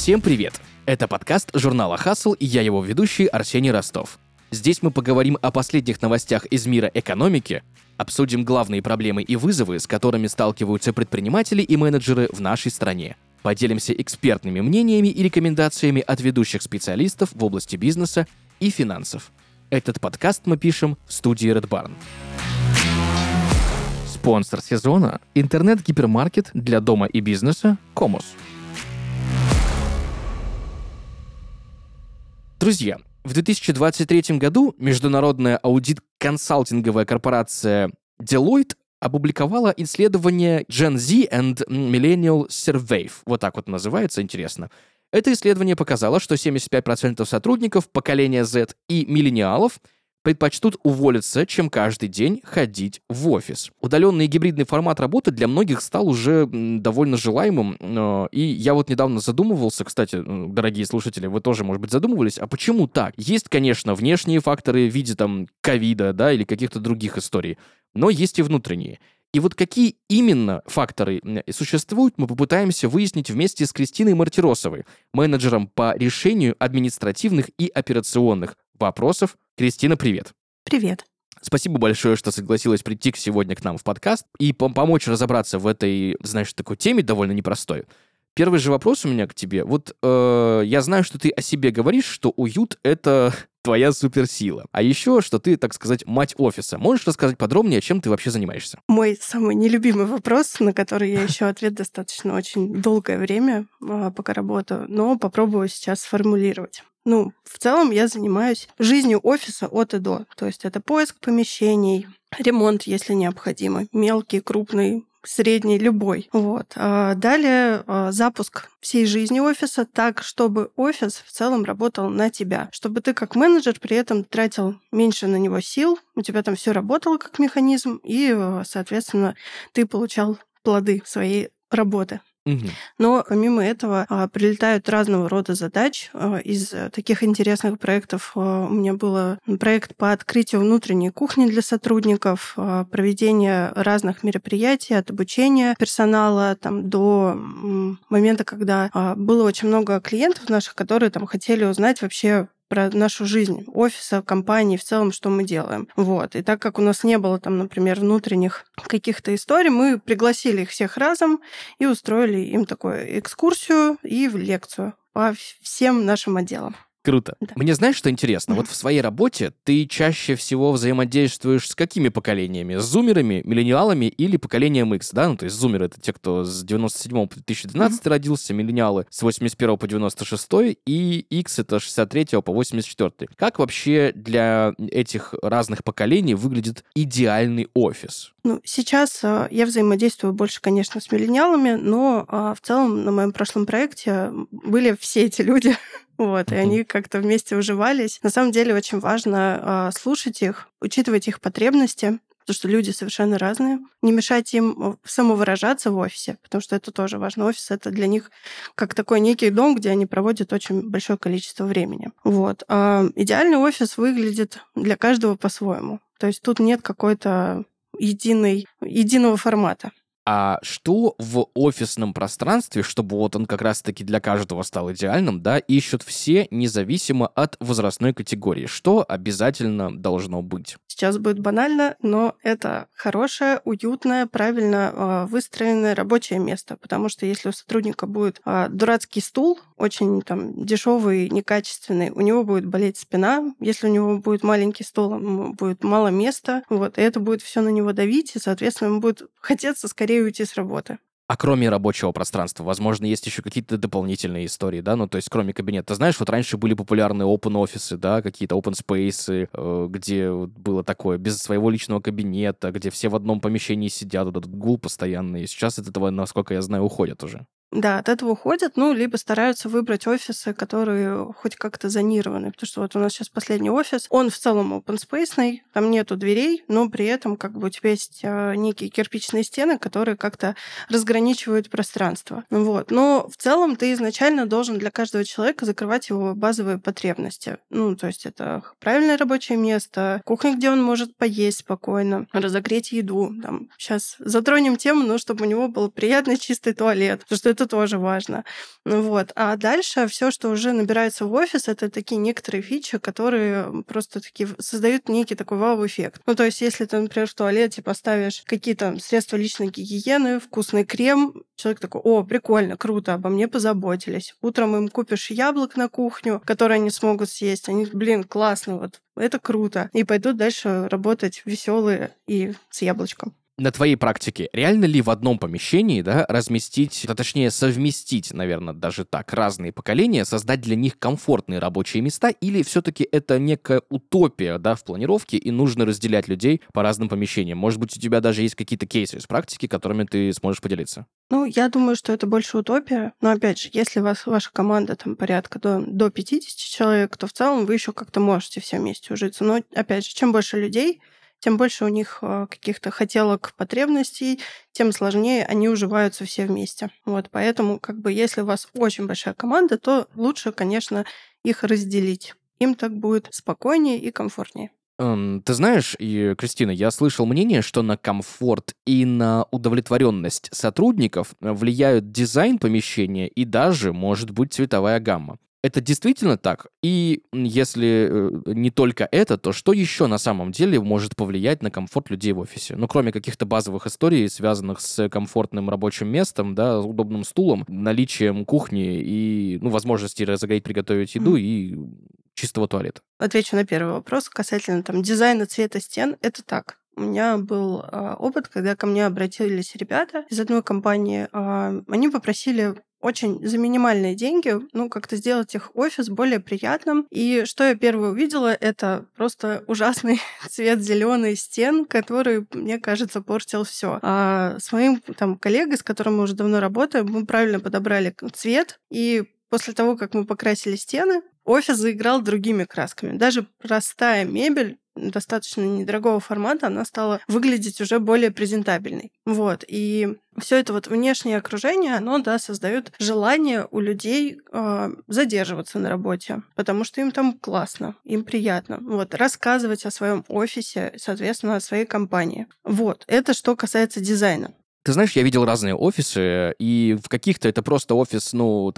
Всем привет! Это подкаст журнала Hustle, и я его ведущий Арсений Ростов. Здесь мы поговорим о последних новостях из мира экономики, обсудим главные проблемы и вызовы, с которыми сталкиваются предприниматели и менеджеры в нашей стране. Поделимся экспертными мнениями и рекомендациями от ведущих специалистов в области бизнеса и финансов. Этот подкаст мы пишем в студии Red Barn. Спонсор сезона – интернет-гипермаркет для дома и бизнеса Комус. Друзья, в 2023 году международная аудит-консалтинговая корпорация Deloitte опубликовала исследование Gen Z and Millennial Survey. Вот так вот называется, интересно. Это исследование показало, что 75% сотрудников поколения Z и миллениалов предпочтут уволиться, чем каждый день ходить в офис. Удаленный и гибридный формат работы для многих стал уже довольно желаемым. И я вот недавно задумывался, кстати, дорогие слушатели, вы тоже, может быть, задумывались, а почему так? Есть, конечно, внешние факторы в виде там ковида, да, или каких-то других историй, но есть и внутренние. И вот какие именно факторы существуют, мы попытаемся выяснить вместе с Кристиной Мартиросовой, менеджером по решению административных и операционных вопросов. Кристина, привет. Привет. Спасибо большое, что согласилась прийти сегодня к нам в подкаст и помочь разобраться в этой, знаешь, такой теме довольно непростой. Первый же вопрос у меня к тебе. Вот я знаю, что ты о себе говоришь, что уют — это твоя суперсила. А еще, что ты, так сказать, мать офиса. Можешь рассказать подробнее, чем ты вообще занимаешься? Мой самый нелюбимый вопрос, на который я ищу ответ достаточно очень долгое время, пока работаю, но попробую сейчас сформулировать. В целом я занимаюсь жизнью офиса от и до. То есть это поиск помещений, ремонт, если необходимо, мелкий, крупный, средний, любой. Вот. Далее запуск всей жизни офиса так, чтобы офис в целом работал на тебя, чтобы ты как менеджер при этом тратил меньше на него сил, у тебя там все работало как механизм, и, соответственно, ты получал плоды своей работы. Но помимо этого прилетают разного рода задач. Из таких интересных проектов у меня был проект по открытию внутренней кухни для сотрудников, проведение разных мероприятий от обучения персонала там, до момента, когда было очень много клиентов наших, которые там хотели узнать вообще про нашу жизнь офиса, компании, в целом, что мы делаем. Вот. И так как у нас не было там, например, внутренних каких-то историй, мы пригласили их всех разом и устроили им такую экскурсию и лекцию по всем нашим отделам. Круто. Да. Мне знаешь, что интересно? Вот в своей работе ты чаще всего взаимодействуешь с какими поколениями? С зумерами, миллениалами или поколением X, да? То есть зумеры — это те, кто с 97 по 2012 родился, миллениалы с 81 по 96, и X — это с 63 по 84. Как вообще для этих разных поколений выглядит идеальный офис? Сейчас я взаимодействую больше, конечно, с миллениалами, но в целом на моем прошлом проекте были все эти люди, вот, и они как-то вместе уживались. На самом деле очень важно слушать их, учитывать их потребности, потому что люди совершенно разные, не мешать им самовыражаться в офисе, потому что это тоже важно. Офис — это для них как такой некий дом, где они проводят очень большое количество времени. Вот. Идеальный офис выглядит для каждого по-своему. То есть тут нет какой-то единого формата. А что в офисном пространстве, чтобы вот он как раз-таки для каждого стал идеальным, да, ищут все, независимо от возрастной категории? Что обязательно должно быть? Сейчас будет банально, но это хорошее, уютное, правильно выстроенное рабочее место, потому что если у сотрудника будет дурацкий стул, очень там дешевый, некачественный, у него будет болеть спина. Если у него будет маленький стол, ему будет мало места, вот, и это будет все на него давить, и, соответственно, ему будет хотеться скорее уйти с работы. А кроме рабочего пространства, возможно, есть еще какие-то дополнительные истории, да? То есть кроме кабинета. Ты знаешь, вот раньше были популярны open-офисы, да, какие-то open space, где было такое, без своего личного кабинета, где все в одном помещении сидят, вот этот гул постоянный. И сейчас от этого, насколько я знаю, уходят уже. Да, от этого уходят, либо стараются выбрать офисы, которые хоть как-то зонированы, потому что вот у нас сейчас последний офис, он в целом open-space, там нету дверей, но при этом как бы у тебя есть некие кирпичные стены, которые как-то разграничивают пространство. Вот. Но в целом ты изначально должен для каждого человека закрывать его базовые потребности. То есть это правильное рабочее место, кухня, где он может поесть спокойно, разогреть еду. Сейчас затронем тему, но чтобы у него был приятный чистый туалет, потому что Это тоже важно. Вот. А дальше все, что уже набирается в офис, это такие некоторые фичи, которые просто такие создают некий такой вау-эффект. Ну, то есть, если ты, например, в туалете поставишь какие-то средства личной гигиены, вкусный крем, человек такой: о, прикольно, круто, обо мне позаботились. Утром им купишь яблок на кухню, которые они смогут съесть. Они, блин, классно, вот это круто. И пойдут дальше работать веселые и с яблочком. На твоей практике реально ли в одном помещении, да, разместить, а точнее совместить, наверное, даже так, разные поколения, создать для них комфортные рабочие места, или все-таки это некая утопия, да, в планировке, и нужно разделять людей по разным помещениям? Может быть, у тебя даже есть какие-то кейсы из практики, которыми ты сможешь поделиться? Ну, я думаю, что это больше утопия. Но, опять же, если ваша команда там порядка до 50 человек, то в целом вы еще как-то можете все вместе ужиться. Но, опять же, чем больше людей, тем больше у них каких-то хотелок, потребностей, тем сложнее они уживаются все вместе. Вот, поэтому, если у вас очень большая команда, то лучше, конечно, их разделить. Им так будет спокойнее и комфортнее. Ты знаешь, Кристина, я слышал мнение, что на комфорт и на удовлетворенность сотрудников влияют дизайн помещения и даже, может быть, цветовая гамма. Это действительно так? И если не только это, то что еще на самом деле может повлиять на комфорт людей в офисе? Ну, кроме каких-то базовых историй, связанных с комфортным рабочим местом, да, с удобным стулом, наличием кухни и, возможности разогреть, приготовить еду и чистого туалета. Отвечу на первый вопрос касательно дизайна цвета стен. Это так. У меня был опыт, когда ко мне обратились ребята из одной компании. Они попросили очень за минимальные деньги, как-то сделать их офис более приятным. И что я первое увидела, это просто ужасный цвет зеленый стен, который, мне кажется, портил все. А с моим коллегой, с которым мы уже давно работаем, мы правильно подобрали цвет, и после того, как мы покрасили стены, офис заиграл другими красками. Даже простая мебель достаточно недорогого формата, она стала выглядеть уже более презентабельной. Вот. И все это внешнее окружение, оно, создаёт желание у людей задерживаться на работе, потому что им там классно, им приятно. Вот. Рассказывать о своем офисе, соответственно, о своей компании. Вот. Это что касается дизайна. Ты знаешь, я видел разные офисы, и в каких-то это просто офис,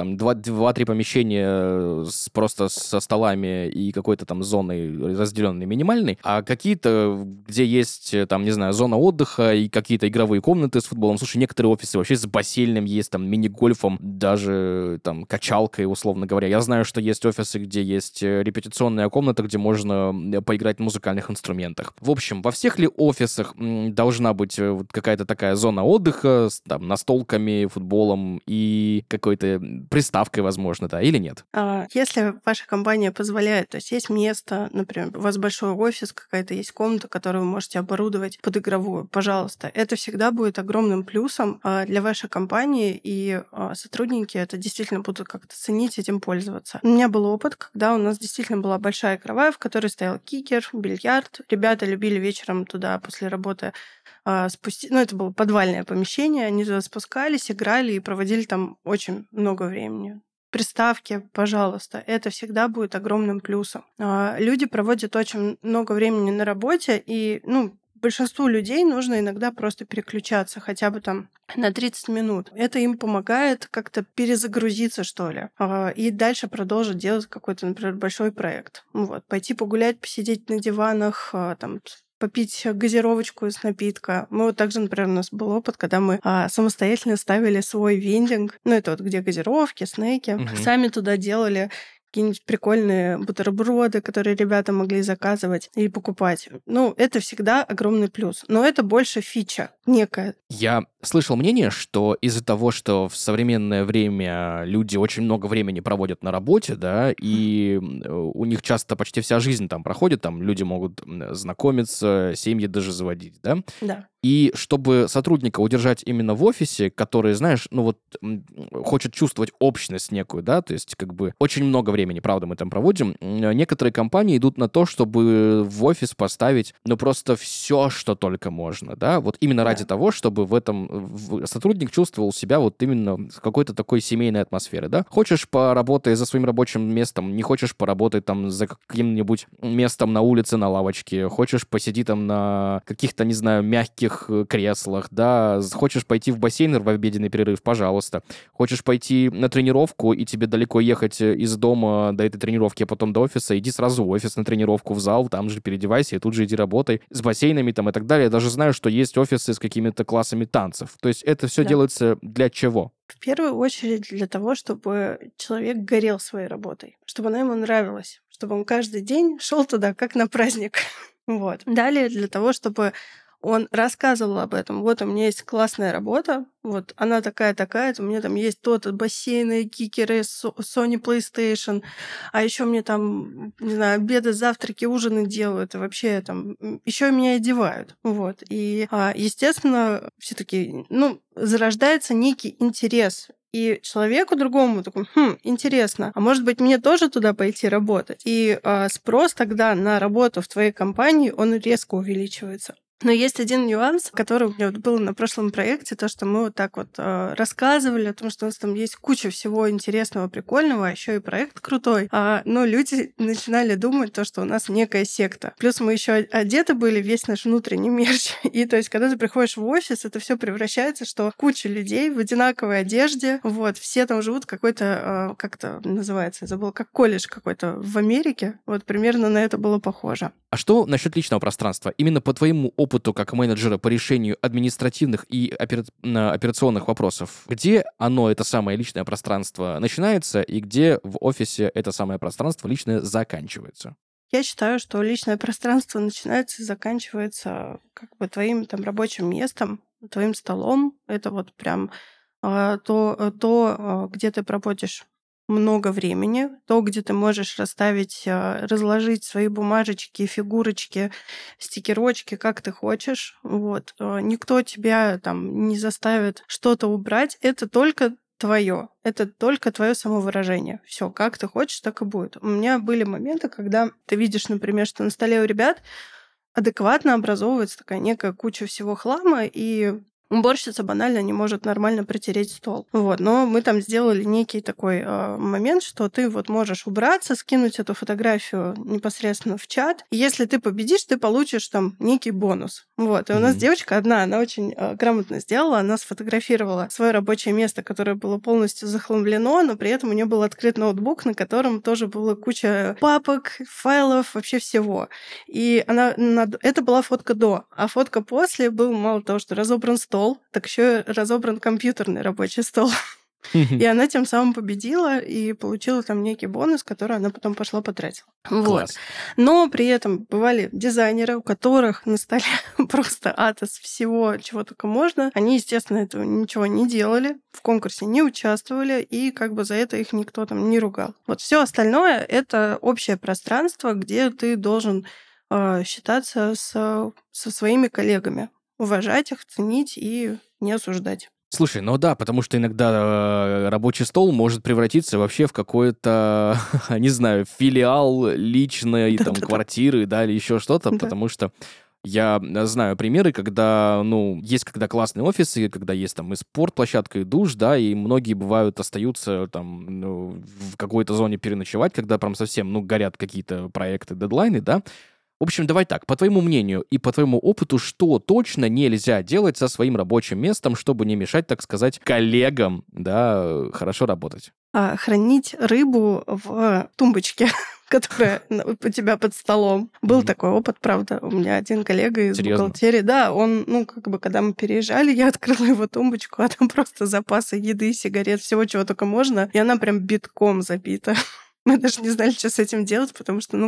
2-3 помещения просто со столами и какой-то зоной разделенной минимальной, а какие-то, где есть, зона отдыха и какие-то игровые комнаты с футболом. Слушай, некоторые офисы вообще с бассейном есть, мини-гольфом, даже качалкой, условно говоря. Я знаю, что есть офисы, где есть репетиционная комната, где можно поиграть на музыкальных инструментах. В общем, во всех ли офисах должна быть какая-то такая зона отдыха, с настолками, футболом и какой-то приставкой, возможно, да, или нет? Если ваша компания позволяет, то есть место, например, у вас большой офис, какая-то есть комната, которую вы можете оборудовать под игровую, пожалуйста. Это всегда будет огромным плюсом для вашей компании, и сотрудники это действительно будут как-то ценить, этим пользоваться. У меня был опыт, когда у нас действительно была большая игровая, в которой стоял кикер, бильярд. Ребята любили вечером туда после работы спустить. Это было подвальное помещение. Они туда спускались, играли и проводили там очень много времени. Приставки, пожалуйста, это всегда будет огромным плюсом. Люди проводят очень много времени на работе, и, большинству людей нужно иногда просто переключаться хотя бы на 30 минут. Это им помогает как-то перезагрузиться, что ли, и дальше продолжить делать какой-то, например, большой проект. Вот. Пойти погулять, посидеть на диванах, попить газировочку из напитка. Также, например, у нас был опыт, когда мы самостоятельно ставили свой вендинг. Это где газировки, снеки. Сами туда делали какие-нибудь прикольные бутерброды, которые ребята могли заказывать или покупать. Это всегда огромный плюс. Но это больше фича некая. Я слышал мнение, что из-за того, что в современное время люди очень много времени проводят на работе, да, и у них часто почти вся жизнь там проходит, люди могут знакомиться, семьи даже заводить, да? Да. И чтобы сотрудника удержать именно в офисе, который, знаешь, хочет чувствовать общность некую, да, то есть очень много времени, правда, мы там проводим. Некоторые компании идут на то, чтобы в офис поставить, ну, просто все, что только можно, да, вот именно ради того, чтобы в этом сотрудник чувствовал себя вот именно в какой-то такой семейной атмосфере, да. Хочешь, поработай за своим рабочим местом, не хочешь, поработай там за каким-нибудь местом на улице, на лавочке, хочешь, посиди там на каких-то, не знаю, мягких креслах, да, хочешь пойти в бассейн в обеденный перерыв, пожалуйста. Хочешь пойти на тренировку, и тебе далеко ехать из дома до этой тренировки, а потом до офиса, иди сразу в офис на тренировку, в зал, там же переодевайся, и тут же иди работай с бассейнами там и так далее. Я даже знаю, что есть офисы с какими-то классами танцев. То есть это все делается для чего? В первую очередь для того, чтобы человек горел своей работой, чтобы она ему нравилась, чтобы он каждый день шел туда как на праздник. Вот. Далее для того, чтобы он рассказывал об этом. Вот у меня есть классная работа, вот она такая-такая, у меня там есть то-то, бассейны, кикеры, Sony PlayStation, а еще мне там, не знаю, обеды, завтраки, ужины делают, и вообще там еще меня одевают. Вот. И, естественно, все таки зарождается некий интерес. И человеку другому такой, интересно, а может быть, мне тоже туда пойти работать? И спрос тогда на работу в твоей компании, он резко увеличивается. Но есть один нюанс, который у меня вот был на прошлом проекте, то, что мы вот так вот рассказывали о том, что у нас там есть куча всего интересного, прикольного, а еще и проект крутой. Но люди начинали думать то, что у нас некая секта. Плюс мы еще одеты были, весь наш внутренний мерч. И то есть, когда ты приходишь в офис, это все превращается, что куча людей в одинаковой одежде, вот, все там живут какой-то, как это называется, я забыла, как колледж какой-то в Америке. Вот примерно на это было похоже. А что насчет личного пространства? Именно по твоему опыту как менеджера по решению административных и операционных вопросов, где оно, это самое личное пространство, начинается и где в офисе это самое пространство личное заканчивается? Я считаю, что личное пространство начинается и заканчивается как бы твоим там рабочим местом, твоим столом. Это вот прям где ты проводишь много времени, то, где ты можешь расставить, разложить свои бумажечки, фигурочки, стикерочки, как ты хочешь. Вот. Никто тебя там не заставит что-то убрать. Это только твое. Это только твое самовыражение. Все, как ты хочешь, так и будет. У меня были моменты, когда ты видишь, например, что на столе у ребят адекватно образовывается такая некая куча всего хлама, и уборщица банально не может нормально протереть стол. Вот. Но мы там сделали некий такой момент, что ты вот можешь убраться, скинуть эту фотографию непосредственно в чат. И если ты победишь, ты получишь там некий бонус. Вот. И у нас девочка одна, она очень грамотно сделала, она сфотографировала свое рабочее место, которое было полностью захламлено, но при этом у нее был открыт ноутбук, на котором тоже была куча папок, файлов, вообще всего. И это была фотка до, а фотка после был мало того, что разобран стол, так еще и разобран компьютерный рабочий стол. И она тем самым победила и получила там некий бонус, который она потом пошла потратила. Вот. Но при этом бывали дизайнеры, у которых на столе просто атос всего, чего только можно. Они, естественно, этого ничего не делали, в конкурсе не участвовали, и как бы за это их никто там не ругал. Вот все остальное — это общее пространство, где ты должен считаться со своими коллегами, уважать их, ценить и не осуждать. Слушай, ну да, потому что иногда рабочий стол может превратиться вообще в какой-то, не знаю, филиал личной квартиры, да, или еще что-то, потому что я знаю примеры, когда, есть когда классные офисы, когда есть там и спортплощадка, и душ, да, и многие бывают остаются там в какой-то зоне переночевать, когда прям совсем, горят какие-то проекты, дедлайны, да. В общем, давай так, по твоему мнению и по твоему опыту, что точно нельзя делать со своим рабочим местом, чтобы не мешать, так сказать, коллегам, да, хорошо работать? Хранить рыбу в тумбочке, которая у тебя под столом. Был такой опыт, правда. У меня один коллега из бухгалтерии, да, он, когда мы переезжали, я открыла его тумбочку, а там просто запасы еды, сигарет, всего, чего только можно, и она прям битком забита. Мы даже не знали, что с этим делать, потому что,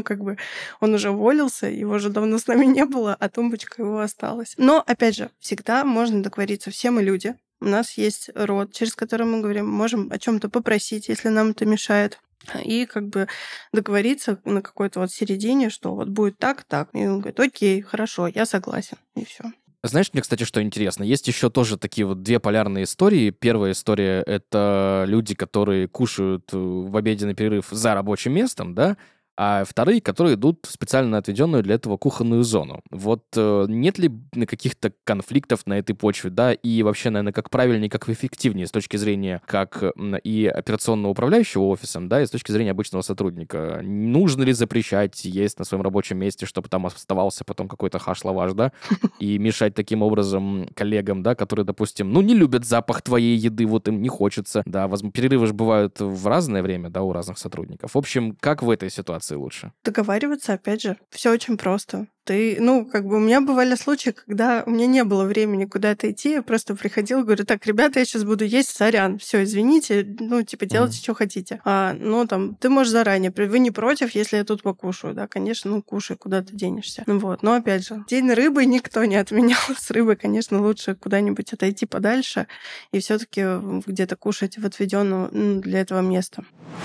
он уже уволился, его уже давно с нами не было, а тумбочка его осталась. Но, опять же, всегда можно договориться. Все мы люди. У нас есть род, через который мы говорим, можем о чем-то попросить, если нам это мешает. И договориться на какой-то середине, что вот будет так. И он говорит, окей, хорошо, я согласен. И все. Знаешь, мне, кстати, что интересно? Есть еще тоже такие вот две полярные истории. Первая история — это люди, которые кушают в обеденный перерыв за рабочим местом, да, а вторые, которые идут в специально отведенную для этого кухонную зону. Вот нет ли каких-то конфликтов на этой почве, да, и вообще, наверное, как правильнее, как эффективнее с точки зрения как и операционного управляющего офисом, да, и с точки зрения обычного сотрудника? Нужно ли запрещать есть на своем рабочем месте, чтобы там оставался потом какой-то хаш-лаваш, да, и мешать таким образом коллегам, да, которые, допустим, не любят запах твоей еды, вот им не хочется, да, перерывы же бывают в разное время, да, у разных сотрудников. В общем, как в этой ситуации лучше? Договариваться, опять же, все очень просто. У меня бывали случаи, когда у меня не было времени куда-то идти, я просто приходила, говорю: так, ребята, я сейчас буду есть, сорян, все, извините, делайте, что хотите. Ты можешь заранее, вы не против, если я тут покушаю, да, конечно, кушай, куда ты денешься. Но опять же, день рыбы никто не отменял, с рыбой, конечно, лучше куда-нибудь отойти подальше и все таки где-то кушать в отведенном для этого места.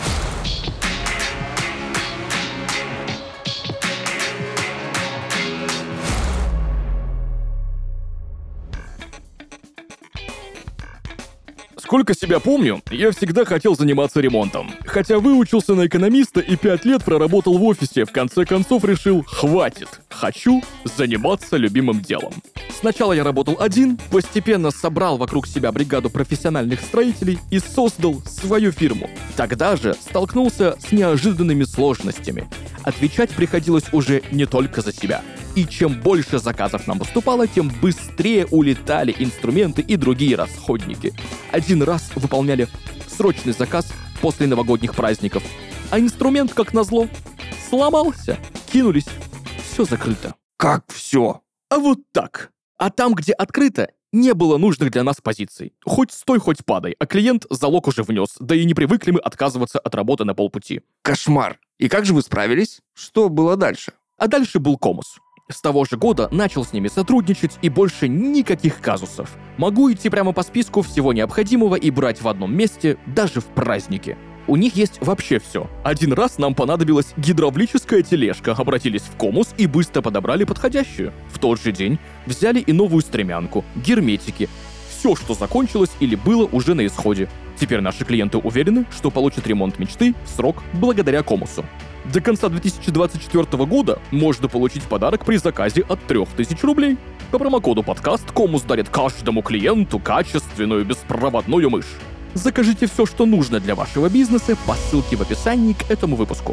Сколько себя помню, я всегда хотел заниматься ремонтом. Хотя выучился на экономиста и 5 лет проработал в офисе, в конце концов решил: хватит, хочу заниматься любимым делом. Сначала я работал один, постепенно собрал вокруг себя бригаду профессиональных строителей и создал свою фирму. Тогда же столкнулся с неожиданными сложностями. Отвечать приходилось уже не только за себя. И чем больше заказов нам поступало, тем быстрее улетали инструменты и другие расходники. Один раз выполняли срочный заказ после новогодних праздников, а инструмент, как назло, сломался. Кинулись. Все закрыто. Как все? А вот так. А там, где открыто, не было нужных для нас позиций. Хоть стой, хоть падай, а клиент залог уже внес, да и не привыкли мы отказываться от работы на полпути. Кошмар. И как же вы справились? Что было дальше? А дальше был Комус. С того же года начал с ними сотрудничать, и больше никаких казусов. Могу идти прямо по списку всего необходимого и брать в одном месте, даже в праздники. У них есть вообще все. Один раз нам понадобилась гидравлическая тележка, обратились в Комус и быстро подобрали подходящую. В тот же день взяли и новую стремянку, герметики. Все, что закончилось или было уже на исходе. Теперь наши клиенты уверены, что получат ремонт мечты в срок благодаря Комусу. До конца 2024 года можно получить подарок при заказе от 3000 рублей. По промокоду подкаст Комус дарит каждому клиенту качественную беспроводную мышь. Закажите все, что нужно для вашего бизнеса по ссылке в описании к этому выпуску.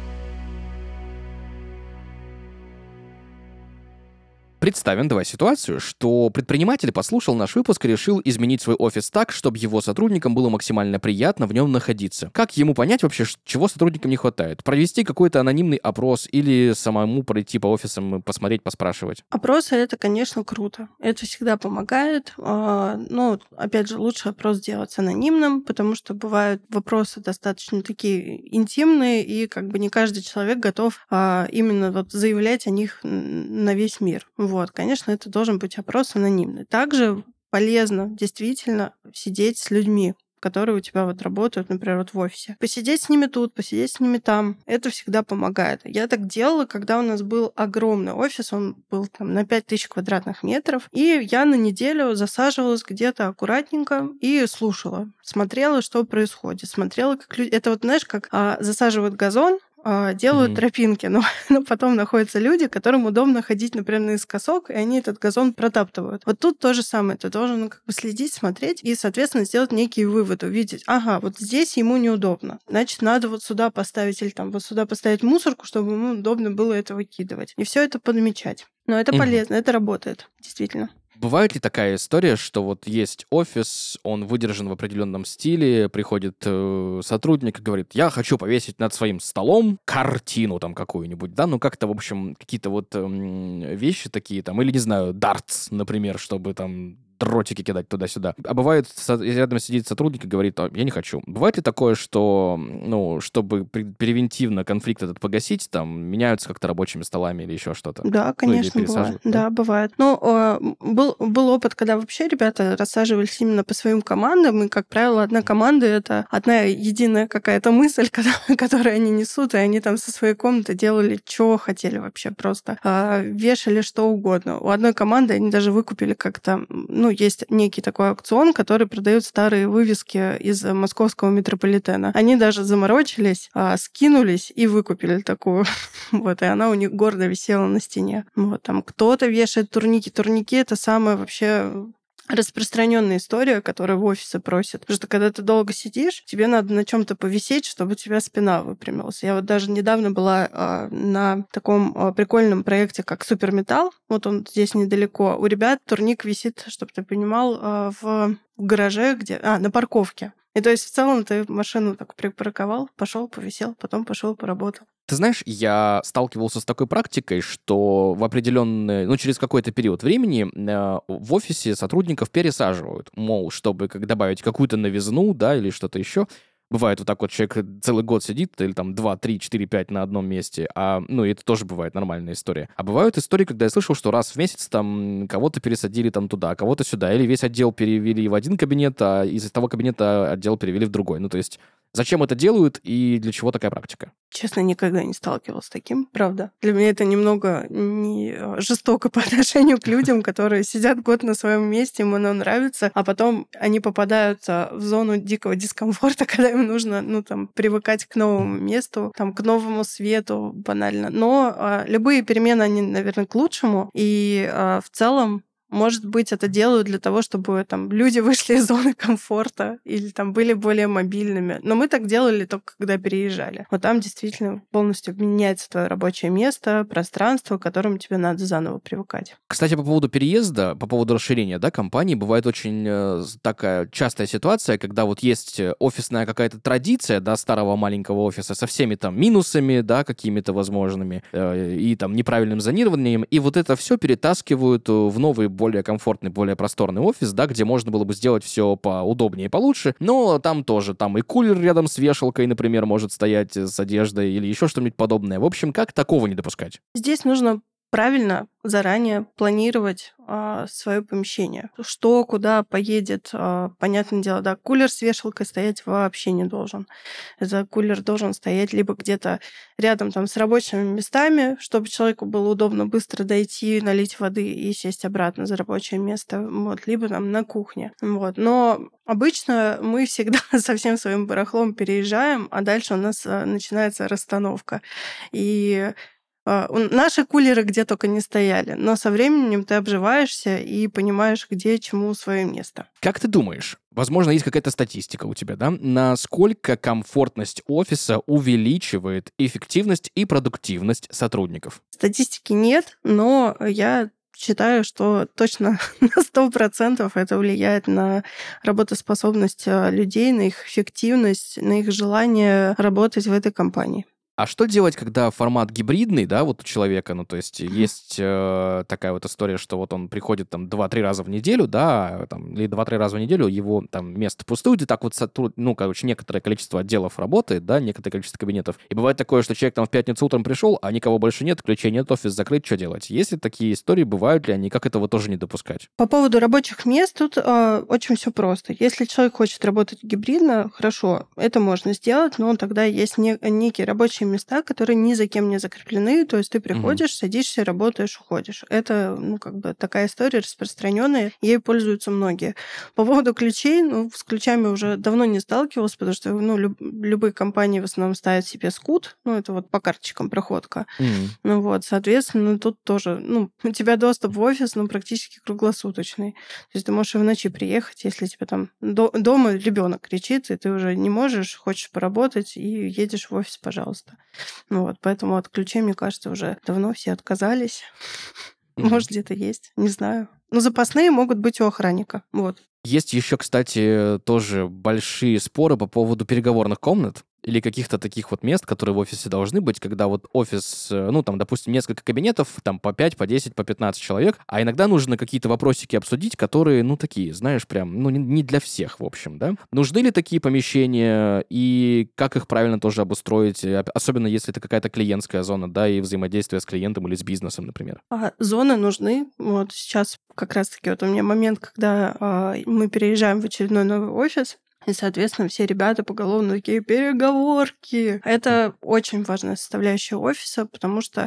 Представим давай ситуацию, что предприниматель послушал наш выпуск и решил изменить свой офис так, чтобы его сотрудникам было максимально приятно в нем находиться. Как ему понять вообще, чего сотрудникам не хватает? Провести какой-то анонимный опрос или самому пройти по офисам и посмотреть, поспрашивать? Опросы — это, конечно, круто. Это всегда помогает. Опять же, лучше опрос делать анонимным, потому что бывают вопросы достаточно такие интимные, и не каждый человек готов именно заявлять о них на весь мир. Конечно, это должен быть опрос анонимный. Также полезно действительно сидеть с людьми, которые у тебя работают, например, в офисе. Посидеть с ними тут, посидеть с ними там. Это всегда помогает. Я так делала, когда у нас был огромный офис, он был на 5000 квадратных метров, и я на неделю засаживалась где-то аккуратненько и слушала. Смотрела, что происходит. Смотрела, как люди... Это как засаживают газон, делают тропинки, но потом находятся люди, которым удобно ходить, например, наискосок, и они этот газон протаптывают. Вот тут то же самое. Ты должен следить, смотреть и, соответственно, сделать некие выводы. Увидеть, здесь ему неудобно. Значит, надо сюда поставить или сюда поставить мусорку, чтобы ему удобно было это выкидывать. И все это подмечать. Но это полезно, это работает, действительно. Бывает ли такая история, что есть офис, он выдержан в определенном стиле, приходит сотрудник и говорит: я хочу повесить над своим столом картину какую-нибудь, да, как-то, в общем, какие-то вещи такие, или, не знаю, дартс, например, чтобы дротики кидать туда-сюда. А бывает, рядом сидит сотрудник и говорит, я не хочу. Бывает ли такое, что, чтобы превентивно конфликт этот погасить, там, меняются как-то рабочими столами или еще что-то? Да, конечно, бывает. Да, бывает. Был опыт, когда вообще ребята рассаживались именно по своим командам, и, как правило, одна команда — это одна единая какая-то мысль, которую они несут, и они там со своей комнаты делали, что хотели вообще просто. Вешали что угодно. У одной команды они даже выкупили как-то... есть некий такой аукцион, который продает старые вывески из московского метрополитена. Они даже заморочились, скинулись и выкупили такую. И она у них гордо висела на стене. Там кто-то вешает турники. Турники — это самое вообще распространенная история, которую в офисы просят. Потому что когда ты долго сидишь, тебе надо на чем-то повисеть, чтобы у тебя спина выпрямилась. Я даже недавно была на таком прикольном проекте, как Суперметалл. Он здесь недалеко. У ребят турник висит, чтобы ты понимал, в гараже, на парковке. И то есть в целом ты машину так припарковал, пошел, повисел, потом пошел поработал. Ты знаешь, я сталкивался с такой практикой, что в определенный, через какой-то период времени в офисе сотрудников пересаживают, мол, чтобы добавить какую-то новизну, да, или что-то еще. Бывает человек целый год сидит, или там 2, 3, 4, 5 на одном месте, это тоже бывает нормальная история. А бывают истории, когда я слышал, что раз в месяц там кого-то пересадили там туда, кого-то сюда, или весь отдел перевели в один кабинет, а из того кабинета отдел перевели в другой. То есть зачем это делают и для чего такая практика? Честно, никогда не сталкивалась с таким, правда. Для меня это немного жестоко по отношению к людям, которые сидят год на своем месте, им оно нравится, а потом они попадают в зону дикого дискомфорта, когда им нужно, привыкать к новому месту, к новому свету, банально. Но любые перемены, они, наверное, к лучшему. И в целом, может быть, это делают для того, чтобы люди вышли из зоны комфорта или были более мобильными. Но мы так делали только когда переезжали. Там действительно полностью меняется твое рабочее место, пространство, к которому тебе надо заново привыкать. Кстати, по поводу переезда, по поводу расширения, компании, бывает очень такая частая ситуация, когда есть офисная какая-то традиция, старого маленького офиса со всеми минусами, какими-то возможными, и неправильным зонированием, и это все перетаскивают в новые, более комфортный, более просторный офис, где можно было бы сделать все поудобнее и получше, но там тоже, и кулер рядом с вешалкой, например, может стоять с одеждой или еще что-нибудь подобное. В общем, как такого не допускать? Здесь нужно правильно заранее планировать свое помещение. Что, куда поедет, понятное дело, кулер с вешалкой стоять вообще не должен. Это кулер должен стоять либо где-то рядом с рабочими местами, чтобы человеку было удобно быстро дойти, налить воды и сесть обратно за рабочее место, либо на кухне. Но обычно мы всегда со всем своим барахлом переезжаем, а дальше у нас начинается расстановка. И наши кулеры где только не стояли, но со временем ты обживаешься и понимаешь, где чему свое место. Как ты думаешь, возможно, есть какая-то статистика у тебя, насколько комфортность офиса увеличивает эффективность и продуктивность сотрудников? Статистики нет, но я считаю, что точно на 100% это влияет на работоспособность людей, на их эффективность, на их желание работать в этой компании. А что делать, когда формат гибридный, у человека, есть такая история, что он приходит 2-3 раза в неделю, или 2-3 раза в неделю его место пустует, и некоторое количество отделов работает, некоторое количество кабинетов. И бывает такое, что человек в пятницу утром пришел, а никого больше нет, ключей нет, офис закрыт, что делать? Если такие истории, бывают ли они, как этого тоже не допускать? По поводу рабочих мест тут очень все просто. Если человек хочет работать гибридно, хорошо, это можно сделать, но тогда есть некие рабочие места, которые ни за кем не закреплены, то есть ты приходишь, садишься, работаешь, уходишь. Это, такая история распространенная, ей пользуются многие. По поводу ключей, с ключами уже давно не сталкивалась, потому что, любые компании в основном ставят себе скут, это по карточкам проходка. Соответственно, тут тоже, у тебя доступ в офис, практически круглосуточный. То есть ты можешь и в ночи приехать, если тебе дома ребенок кричит, и ты уже не можешь, хочешь поработать, и едешь в офис, пожалуйста. Поэтому от ключей, мне кажется, уже давно все отказались. Может, где-то есть, не знаю. Но запасные могут быть у охранника. Есть еще, кстати, тоже большие споры по поводу переговорных комнат. или каких-то таких вот мест, которые в офисе должны быть, когда вот офис, ну, там, допустим, несколько кабинетов, там, по 5, по 10, по 15 человек, а иногда нужно какие-то вопросики обсудить, которые, ну, такие, знаешь, прям, ну, не для всех, в общем, да? Нужны ли такие помещения, и как их правильно тоже обустроить, особенно если это какая-то клиентская зона, да, и взаимодействие с клиентом или с бизнесом, например? Зоны нужны. Вот сейчас как раз-таки вот у меня момент, когда мы переезжаем в очередной новый офис, и, соответственно, все ребята поголовно такие переговорки. Это очень важная составляющая офиса, потому что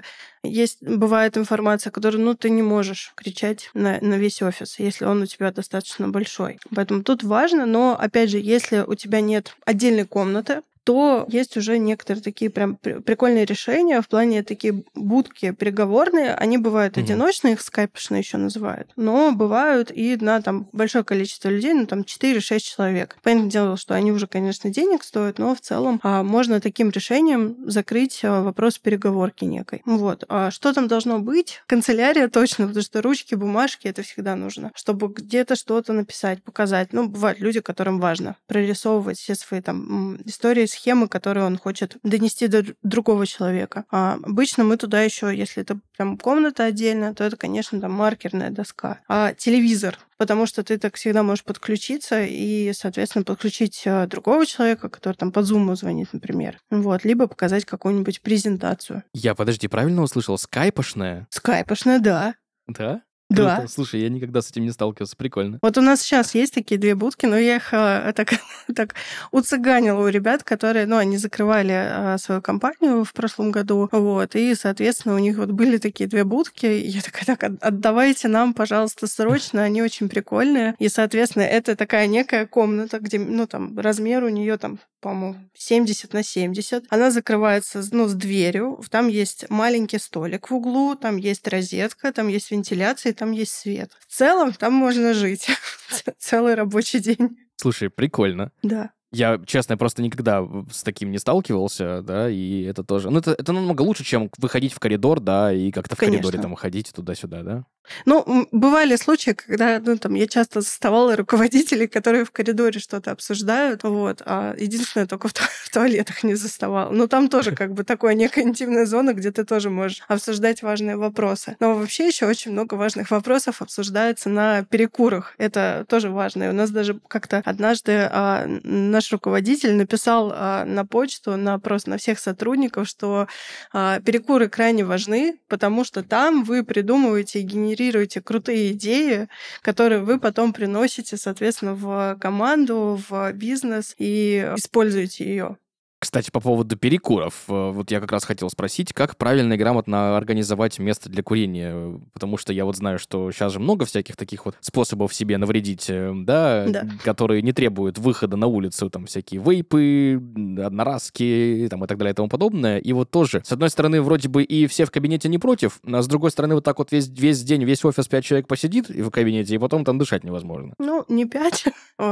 бывает информация, которую, ну, ты не можешь кричать на весь офис, если он у тебя достаточно большой. Поэтому тут важно, но, опять же, если у тебя нет отдельной комнаты, то есть уже некоторые такие прям прикольные решения в плане такие будки переговорные. Они бывают одиночные, их скайпошно еще называют, но бывают и на там большое количество людей, ну там 4-6 человек. Понятное дело, что они уже, конечно, денег стоят, но в целом можно таким решением закрыть вопрос переговорки некой. Вот. А что там должно быть? Канцелярия точно, потому что ручки, бумажки — это всегда нужно, чтобы где-то что-то написать, показать. Ну, бывают люди, которым важно прорисовывать все свои там истории, схемы, которые он хочет донести до другого человека. А обычно мы туда еще, если это прям комната отдельная, то это, конечно, там маркерная доска. А телевизор, потому что ты так всегда можешь подключиться и, соответственно, подключить другого человека, который там по Zoom звонит, например. Вот. Либо показать какую-нибудь презентацию. Я, подожди, правильно услышал? Скайпошная? Скайпошная, да. Да? Да. Круто. Слушай, я никогда с этим не сталкивался. Прикольно. Вот у нас сейчас есть такие 2 будки, но я их так уцыганила у ребят, которые, ну, они закрывали свою компанию в прошлом году, вот, и, соответственно, у них вот были такие 2 будки, и я такая, так, отдавайте нам, пожалуйста, срочно, они очень прикольные, и, соответственно, это такая некая комната, где, ну, там, размер у нее там, по-моему, 70 на 70. Она закрывается, ну, с дверью. Там есть маленький столик в углу, там есть розетка, там есть вентиляция, там есть свет. В целом там можно жить целый рабочий день. Слушай, прикольно. Да. Я, честно, просто никогда с таким не сталкивался, да, и это тоже... Ну, это намного лучше, чем выходить в коридор, да, и как-то в коридоре там ходить туда-сюда, да? Ну, бывали случаи, когда, ну, там, я часто заставала руководителей, которые в коридоре что-то обсуждают, вот, а единственное, только в туалетах не заставала. Ну, там тоже как бы такая некая интимная зона, где ты тоже можешь обсуждать важные вопросы. Но вообще еще очень много важных вопросов обсуждается на перекурах. Это тоже важно. И у нас даже как-то однажды наш руководитель написал на почту, просто на всех сотрудников, что перекуры крайне важны, потому что там вы придумываете и генерируете крутые идеи, которые вы потом приносите, соответственно, в команду, в бизнес и используете ее. Кстати, по поводу перекуров. Вот я как раз хотел спросить, как правильно и грамотно организовать место для курения? Потому что я вот знаю, что сейчас же много всяких таких вот способов себе навредить, да, которые не требуют выхода на улицу, там всякие вейпы, одноразки, там и так далее и тому подобное. И вот тоже, с одной стороны, вроде бы и все в кабинете не против, а с другой стороны, вот так вот весь день, весь офис 5 человек посидит в кабинете, и потом там дышать невозможно. Ну, не 5.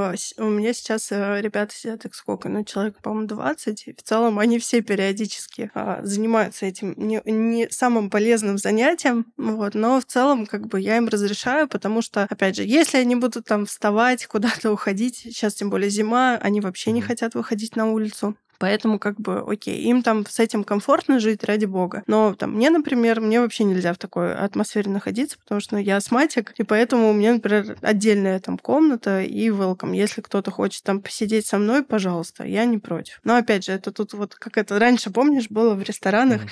У меня сейчас ребята сидят, их сколько? Ну, человек, по-моему, 20. И в целом они все периодически занимаются этим не самым полезным занятием, вот, но в целом как бы я им разрешаю, потому что, опять же, если они будут там вставать, куда-то уходить, сейчас тем более зима, они вообще не хотят выходить на улицу. Поэтому как бы окей, им там с этим комфортно жить, ради бога. Но там мне, например, мне вообще нельзя в такой атмосфере находиться, потому что я астматик, и поэтому у меня, например, отдельная там комната и welcome. Если кто-то хочет там посидеть со мной, пожалуйста, я не против. Но опять же, это тут вот как это раньше, помнишь, было в ресторанах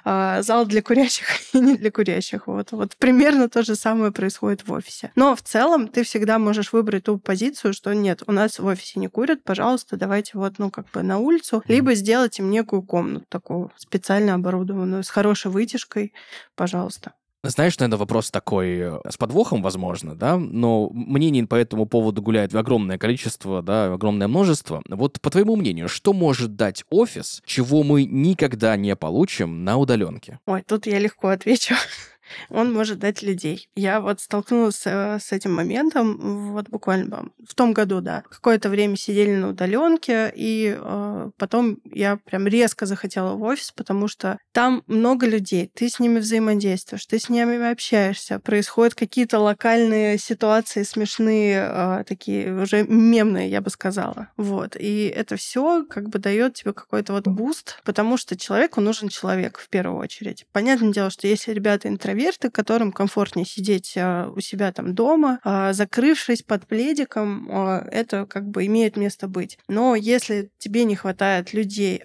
зал для курящих и не для курящих. Вот примерно то же самое происходит в офисе. Но в целом ты всегда можешь выбрать ту позицию, что нет, у нас в офисе не курят, пожалуйста, давайте вот, ну, как бы на улицу, либо сделать им некую комнату такую специально оборудованную, с хорошей вытяжкой, пожалуйста. Знаешь, наверное, вопрос такой с подвохом, возможно, да, но мнений по этому поводу гуляет огромное количество, да, огромное множество. Вот по твоему мнению, что может дать офис, чего мы никогда не получим на удаленке? Ой, тут я легко отвечу. он может дать людей. Я вот столкнулась с этим моментом вот буквально в том году, да. Какое-то время сидели на удаленке, и потом я прям резко захотела в офис, потому что там много людей, ты с ними взаимодействуешь, ты с ними общаешься, происходят какие-то локальные ситуации смешные, такие уже мемные, я бы сказала. Вот. И это все как бы дает тебе какой-то вот буст, потому что человеку нужен человек в первую очередь. Понятное дело, что если ребята интроверты, которым комфортнее сидеть у себя там дома, закрывшись под пледиком, это как бы имеет место быть. Но если тебе не хватает людей,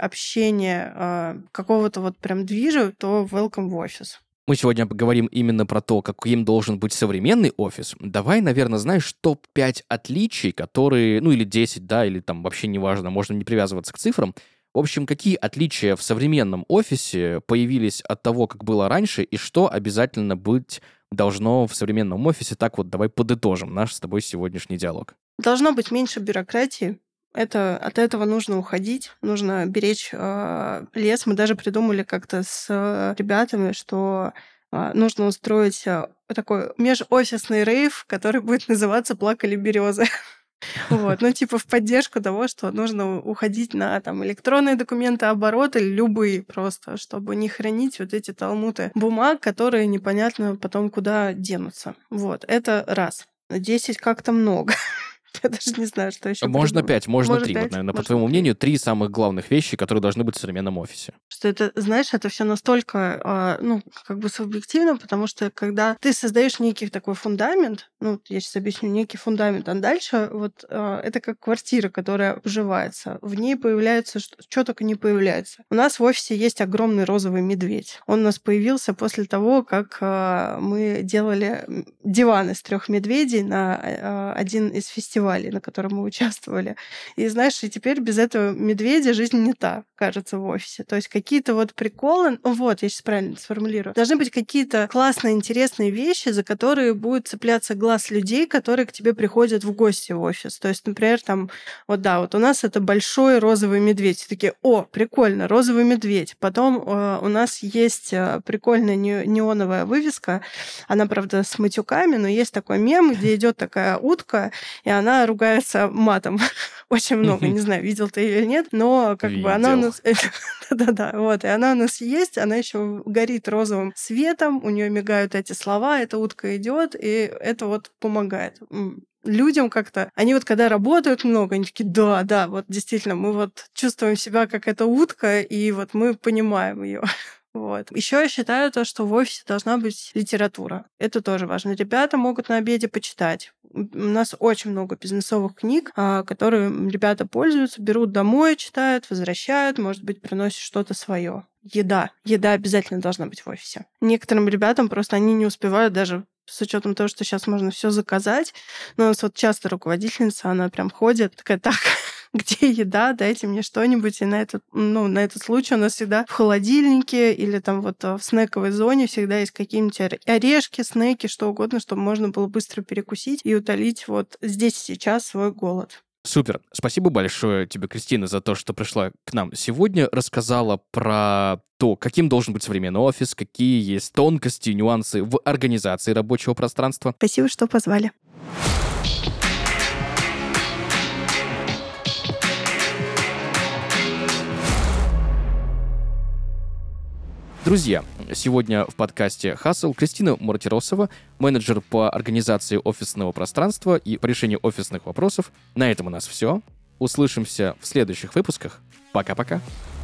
общения, какого-то вот прям движа, то welcome в офис. Мы сегодня поговорим именно про то, каким должен быть современный офис. Давай, наверное, знаешь, топ-5 отличий, которые, или 10, да, или там вообще неважно, можно не привязываться к цифрам. В общем, какие отличия в современном офисе появились от того, как было раньше, и что обязательно быть должно в современном офисе? Так вот, давай подытожим наш с тобой сегодняшний диалог. Должно быть меньше бюрократии. От этого нужно уходить, нужно беречь лес. Мы даже придумали как-то с ребятами, что нужно устроить такой межофисный рейв, который будет называться «Плакали березы». Вот, в поддержку того, что нужно уходить на там электронные документы, оборот или любые просто, чтобы не хранить вот эти талмуды бумаг, которые непонятно потом куда денутся. Вот, это раз. 10 как-то много. Я даже не знаю, что еще. Можно 5, можно 3. 5, вот, наверное, по твоему мнению, 3 самых главных вещи, которые должны быть в современном офисе. Что это, знаешь, это все настолько, субъективно, потому что когда ты создаешь некий такой фундамент, я сейчас объясню, некий фундамент, а дальше это как квартира, которая обживается. В ней появляется, что только не появляется. У нас в офисе есть огромный розовый медведь. Он у нас появился после того, как мы делали диван из 3 медведей на один из фестивалей, на котором мы участвовали. И знаешь, и теперь без этого медведя жизнь не та, кажется, в офисе. То есть какие-то вот приколы, я сейчас правильно сформулирую, должны быть какие-то классные, интересные вещи, за которые будет цепляться глаз людей, которые к тебе приходят в гости в офис. То есть, например, у нас это большой розовый медведь. И такие, прикольно, розовый медведь. Потом у нас есть прикольная неоновая вывеска, она, правда, с матюками, но есть такой мем, где идет такая утка, и она ругается матом. Очень много, не знаю, видел ты ее или нет, но бы она у нас... Да-да-да, и она у нас есть, она еще горит розовым светом, у нее мигают эти слова, эта утка идет, и это вот помогает. Людям как-то, они когда работают много, они такие, да, вот действительно, мы чувствуем себя как эта утка, и мы понимаем ее. Вот. Еще я считаю то, что в офисе должна быть литература. Это тоже важно. Ребята могут на обеде почитать. У нас очень много бизнесовых книг, которые ребята пользуются, берут домой, читают, возвращают, может быть, приносят что-то свое. Еда обязательно должна быть в офисе. Некоторым ребятам просто они не успевают даже с учетом того, что сейчас можно все заказать. Но у нас часто руководительница, она прям ходит, такая, так, где еда, дайте мне что-нибудь. И на этот случай у нас всегда в холодильнике или в снековой зоне всегда есть какие-нибудь орешки, снеки, что угодно, чтобы можно было быстро перекусить и утолить здесь и сейчас свой голод. Супер. Спасибо большое тебе, Кристина, за то, что пришла к нам сегодня, рассказала про то, каким должен быть современный офис, какие есть тонкости, нюансы в организации рабочего пространства. Спасибо, что позвали. Друзья, сегодня в подкасте «Хасл» Кристина Мартиросова, менеджер по организации офисного пространства и по решению офисных вопросов. На этом у нас все. Услышимся в следующих выпусках. Пока-пока.